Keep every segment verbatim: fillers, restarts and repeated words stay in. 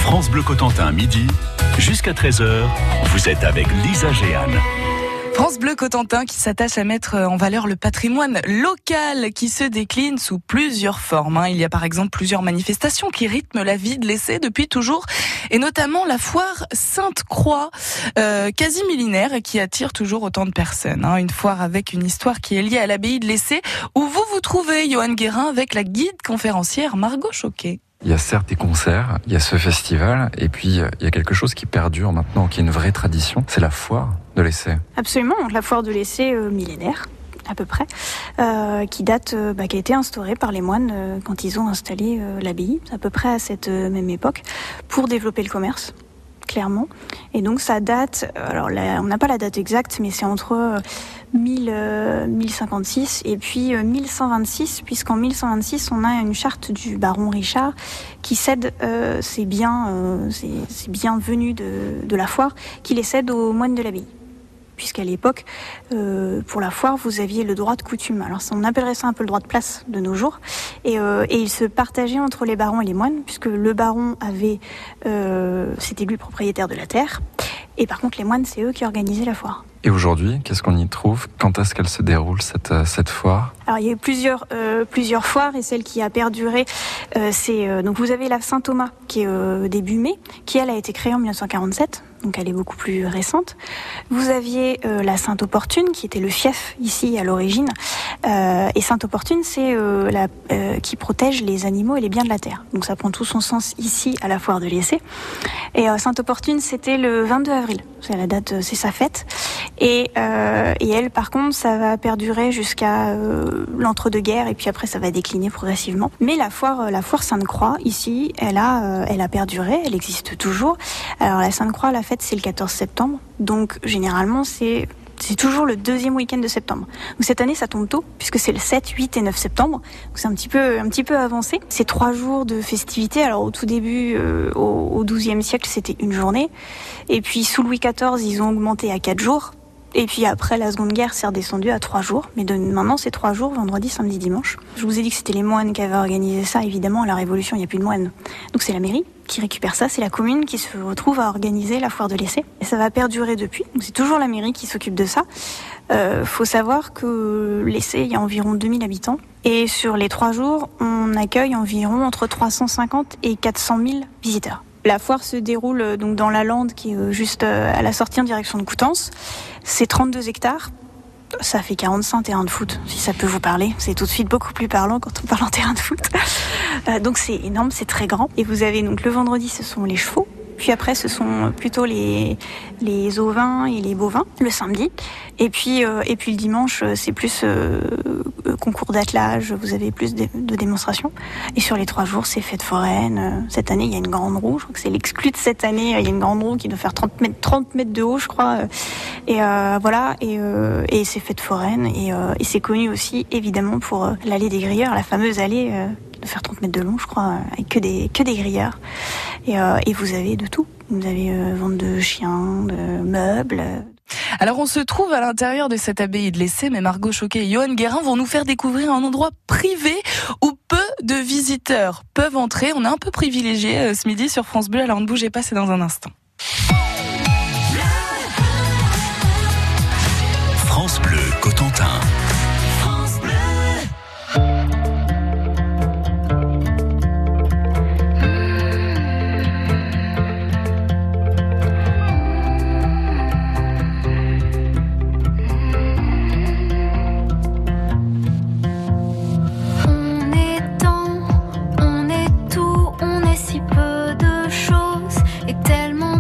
France Bleu Cotentin, midi, jusqu'à treize heures, vous êtes avec Lisa Géane. France Bleu Cotentin qui s'attache à mettre en valeur le patrimoine local qui se décline sous plusieurs formes. Il y a par exemple plusieurs manifestations qui rythment la vie de l'Essai depuis toujours, et notamment la foire Sainte-Croix, euh, quasi millénaire et qui attire toujours autant de personnes. Une foire avec une histoire qui est liée à l'abbaye de l'Essai, où vous vous trouvez, Johan Guérin, avec la guide conférencière Margot Choquet. Il y a certes des concerts, il y a ce festival, et puis il y a quelque chose qui perdure maintenant, qui est une vraie tradition, c'est la foire de l'Essai. Absolument, la foire de l'Essai euh, millénaire, à peu près, euh, qui date, euh, bah, qui a été instaurée par les moines euh, quand ils ont installé euh, l'abbaye, à peu près à cette euh, même époque, pour développer le commerce, clairement. Et donc ça date, alors là, on n'a pas la date exacte, mais c'est entre euh, mille, euh, mille cinquante-six et puis euh, mille cent vingt-six, puisqu'en mille cent vingt-six, on a une charte du baron Richard qui cède euh, ses biens, euh, ses, ses biens venus de, de la foire, qui les cède aux moines de l'abbaye. Puisqu'à l'époque, euh, pour la foire, vous aviez le droit de coutume. Alors on appellerait ça un peu le droit de place de nos jours. Et, euh, et il se partageait entre les barons et les moines, puisque le baron avait, euh, c'était lui propriétaire de la terre, et par contre les moines, c'est eux qui organisaient la foire. Et aujourd'hui, qu'est-ce qu'on y trouve ? Quand est-ce qu'elle se déroule, cette, cette foire ? Alors il y a eu plusieurs, euh, plusieurs foires, et celle qui a perduré, euh, c'est... Euh, donc vous avez la Saint-Thomas, qui est euh, début mai, qui elle a été créée en dix-neuf cent quarante-sept, donc elle est beaucoup plus récente. Vous aviez euh, la Sainte-Opportune, qui était le fief ici à l'origine, euh, et Sainte-Opportune, c'est euh, la euh, qui protège les animaux et les biens de la terre. Donc ça prend tout son sens ici à la foire de l'Essai. Et euh, Sainte-Opportune, c'était le vingt-deux avril, c'est la date, c'est sa fête. Et, euh, et elle, par contre, ça va perdurer jusqu'à euh, l'entre-deux-guerres, et puis après, ça va décliner progressivement. Mais la foire, la foire Sainte-Croix, ici, elle a, euh, elle a perduré, elle existe toujours. Alors la Sainte-Croix, la fête, c'est le quatorze septembre, donc généralement, c'est c'est toujours le deuxième week-end de septembre. Donc cette année, ça tombe tôt, puisque c'est le sept, huit et neuf septembre. Donc c'est un petit peu, un petit peu avancé. C'est trois jours de festivités. Alors au tout début, euh, au, au douzième siècle, c'était une journée. Et puis sous Louis quatorze, ils ont augmenté à quatre jours. Et puis après, la Seconde Guerre, c'est redescendu à trois jours. Mais de, maintenant, c'est trois jours, vendredi, samedi, dimanche. Je vous ai dit que c'était les moines qui avaient organisé ça. Évidemment, à la Révolution, il n'y a plus de moines. Donc c'est la mairie qui récupère ça. C'est la commune qui se retrouve à organiser la foire de l'Essai. Et ça va perdurer depuis. Donc c'est toujours la mairie qui s'occupe de ça. Euh, faut savoir que l'Essai, il y a environ deux mille habitants. Et sur les trois jours, on accueille environ entre trois cent cinquante et quatre cent mille visiteurs. La foire se déroule donc dans la lande qui est juste à la sortie en direction de Coutances. C'est trente-deux hectares. Ça fait quarante-cinq terrains de foot, si ça peut vous parler. C'est tout de suite beaucoup plus parlant quand on parle en terrain de foot. Euh, donc c'est énorme, c'est très grand. Et vous avez donc le vendredi, ce sont les chevaux. Puis après, ce sont plutôt les, les ovins et les bovins, le samedi. Et puis, euh, et puis le dimanche, c'est plus euh, concours d'attelage, vous avez plus de, de démonstrations. Et sur les trois jours, c'est fête foraine. Cette année, il y a une grande roue, je crois que c'est l'exclu de cette année. Il y a une grande roue qui doit faire trente mètres, trente mètres de haut, je crois. Et euh, voilà, et, euh, et c'est fête foraine. Et, euh, et c'est connu aussi, évidemment, pour euh, l'allée des grilleurs, la fameuse allée... Euh, de faire trente mètres de long, je crois, avec que des, que des grilleurs. Et, euh, et vous avez de tout. Vous avez euh, vente de chiens, de meubles. Alors on se trouve à l'intérieur de cette abbaye de l'Essai, mais Margot Choquet et Johan Guérin vont nous faire découvrir un endroit privé où peu de visiteurs peuvent entrer. On est un peu privilégiés euh, ce midi sur France Bleu, alors ne bougez pas, c'est dans un instant. France Bleu Cotentin. On est tout, on est si peu de choses et tellement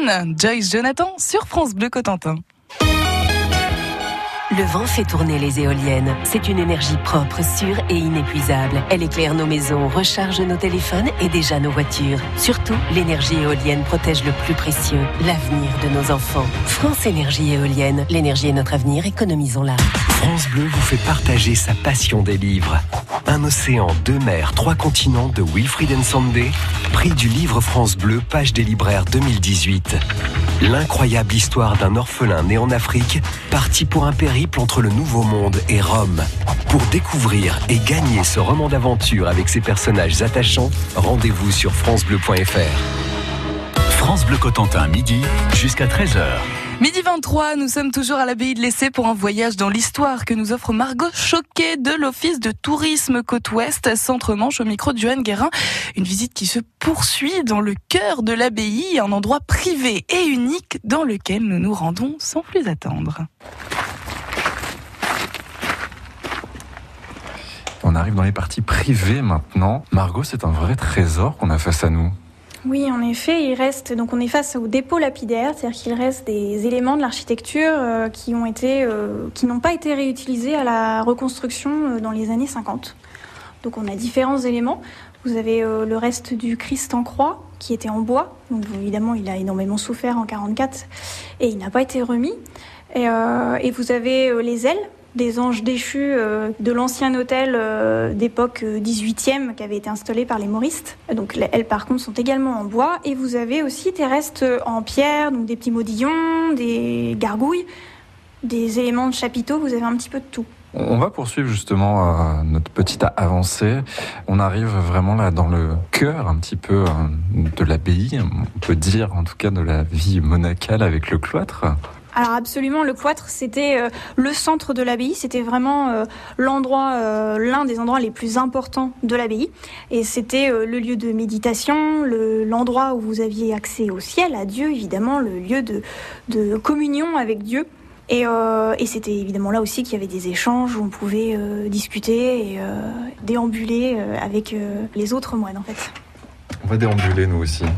Lune, Joyce Jonathan sur France Bleu Cotentin. Le vent fait tourner les éoliennes. C'est une énergie propre, sûre et inépuisable. Elle éclaire nos maisons, recharge nos téléphones et déjà nos voitures. Surtout, l'énergie éolienne protège le plus précieux, l'avenir de nos enfants. France Énergie Éolienne. L'énergie est notre avenir, économisons-la. France Bleu vous fait partager sa passion des livres. Un océan, deux mers, trois continents de Wilfried Nsondé, prix du livre France Bleu, page des libraires deux mille dix-huit. L'incroyable histoire d'un orphelin né en Afrique, parti pour un périple entre le Nouveau Monde et Rome. Pour découvrir et gagner ce roman d'aventure avec ses personnages attachants, rendez-vous sur francebleu point f r. France Bleu Cotentin, midi jusqu'à treize heures. Midi vingt-trois, nous sommes toujours à l'abbaye de Lessay pour un voyage dans l'histoire que nous offre Margot Choquet de l'Office de tourisme Côte-Ouest, Centre-Manche, au micro de Johan Guérin. Une visite qui se poursuit dans le cœur de l'abbaye, un endroit privé et unique dans lequel nous nous rendons sans plus attendre. On arrive dans les parties privées maintenant. Margot, c'est un vrai trésor qu'on a face à nous. Oui, en effet, il reste, donc on est face au dépôt lapidaire, c'est-à-dire qu'il reste des éléments de l'architecture euh, qui ont été, euh, qui n'ont pas été réutilisés à la reconstruction euh, dans les années cinquante. Donc on a différents éléments. Vous avez euh, le reste du Christ en croix qui était en bois. Donc évidemment, il a énormément souffert en quarante-quatre et il n'a pas été remis. Et, euh, et vous avez euh, les ailes des anges déchus euh, de l'ancien hôtel euh, d'époque euh, dix-huitième qui avait été installé par les Mauristes. Donc elles par contre sont également en bois et vous avez aussi des restes en pierre, donc des petits modillons, des gargouilles, des éléments de chapiteaux, vous avez un petit peu de tout. On va poursuivre justement euh, notre petite avancée. On arrive vraiment là dans le cœur un petit peu euh, de l'abbaye, on peut dire en tout cas de la vie monacale avec le cloître. Alors absolument, le cloître, c'était euh, le centre de l'abbaye, c'était vraiment euh, l'endroit, euh, l'un des endroits les plus importants de l'abbaye. Et c'était euh, le lieu de méditation, le, l'endroit où vous aviez accès au ciel, à Dieu, évidemment, le lieu de, de communion avec Dieu. Et, euh, et c'était évidemment là aussi qu'il y avait des échanges où on pouvait euh, discuter et euh, déambuler euh, avec euh, les autres moines, en fait. On va déambuler, nous aussi.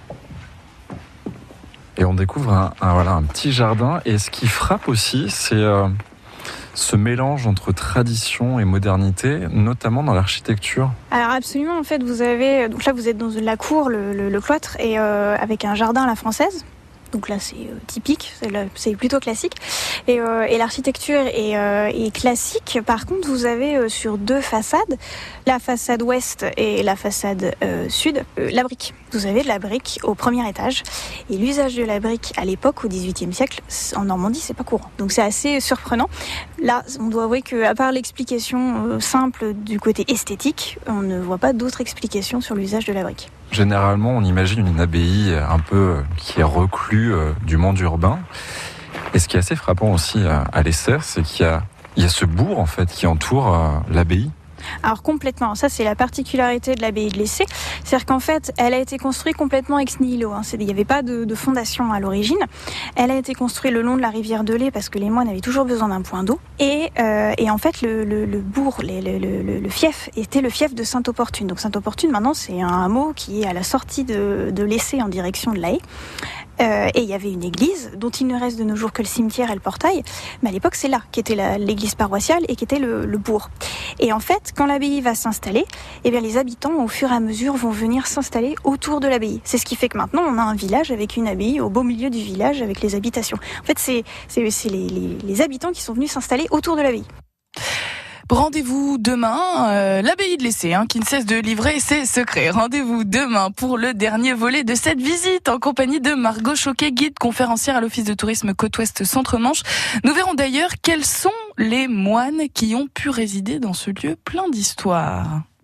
Et on découvre un, un, voilà, un petit jardin. Et ce qui frappe aussi, c'est euh, ce mélange entre tradition et modernité, notamment dans l'architecture. Alors absolument, en fait, vous avez... Donc là, vous êtes dans la cour, le, le, le cloître, et euh, avec un jardin à la française. Donc là, c'est euh, typique, c'est, là, c'est plutôt classique. Et, euh, et l'architecture est, euh, est classique. Par contre, vous avez euh, sur deux façades, la façade ouest et la façade euh, sud, euh, la brique. Vous avez de la brique au premier étage. Et l'usage de la brique à l'époque, au dix-huitième siècle, en Normandie, c'est pas courant. Donc c'est assez surprenant. Là, on doit avouer qu'à part l'explication euh, simple du côté esthétique, on ne voit pas d'autres explications sur l'usage de la brique. Généralement, on imagine une abbaye un peu qui est reclue euh, du monde urbain. Et ce qui est assez frappant aussi à, à Lessay, c'est qu'il y a, il y a ce bourg en fait qui entoure euh, l'abbaye. Alors complètement, ça c'est la particularité de l'abbaye de Lessay, c'est-à-dire qu'en fait elle a été construite complètement ex nihilo, hein. Il n'y avait pas de, de fondation à l'origine, elle a été construite le long de la rivière de Lay parce que les moines avaient toujours besoin d'un point d'eau et, euh, et en fait le, le, le bourg, le, le, le, le fief était le fief de Sainte-Opportune. Donc Sainte-Opportune maintenant c'est un hameau qui est à la sortie de, de Lessay en direction de La Haye. Euh, et il y avait une église dont il ne reste de nos jours que le cimetière et le portail, mais à l'époque c'est là qu'était la, l'église paroissiale et qu'était le, le bourg. Et en fait, quand l'abbaye va s'installer, eh bien les habitants au fur et à mesure vont venir s'installer autour de l'abbaye. C'est ce qui fait que maintenant on a un village avec une abbaye au beau milieu du village avec les habitations. En fait, c'est, c'est, c'est les, les, les habitants qui sont venus s'installer autour de l'abbaye. Rendez-vous demain, euh, l'abbaye de Lessay, hein, qui ne cesse de livrer ses secrets. Rendez-vous demain pour le dernier volet de cette visite en compagnie de Margot Choquet, guide conférencière à l'Office de tourisme Côte-Ouest Centre-Manche. Nous verrons d'ailleurs quels sont les moines qui ont pu résider dans ce lieu plein d'histoire.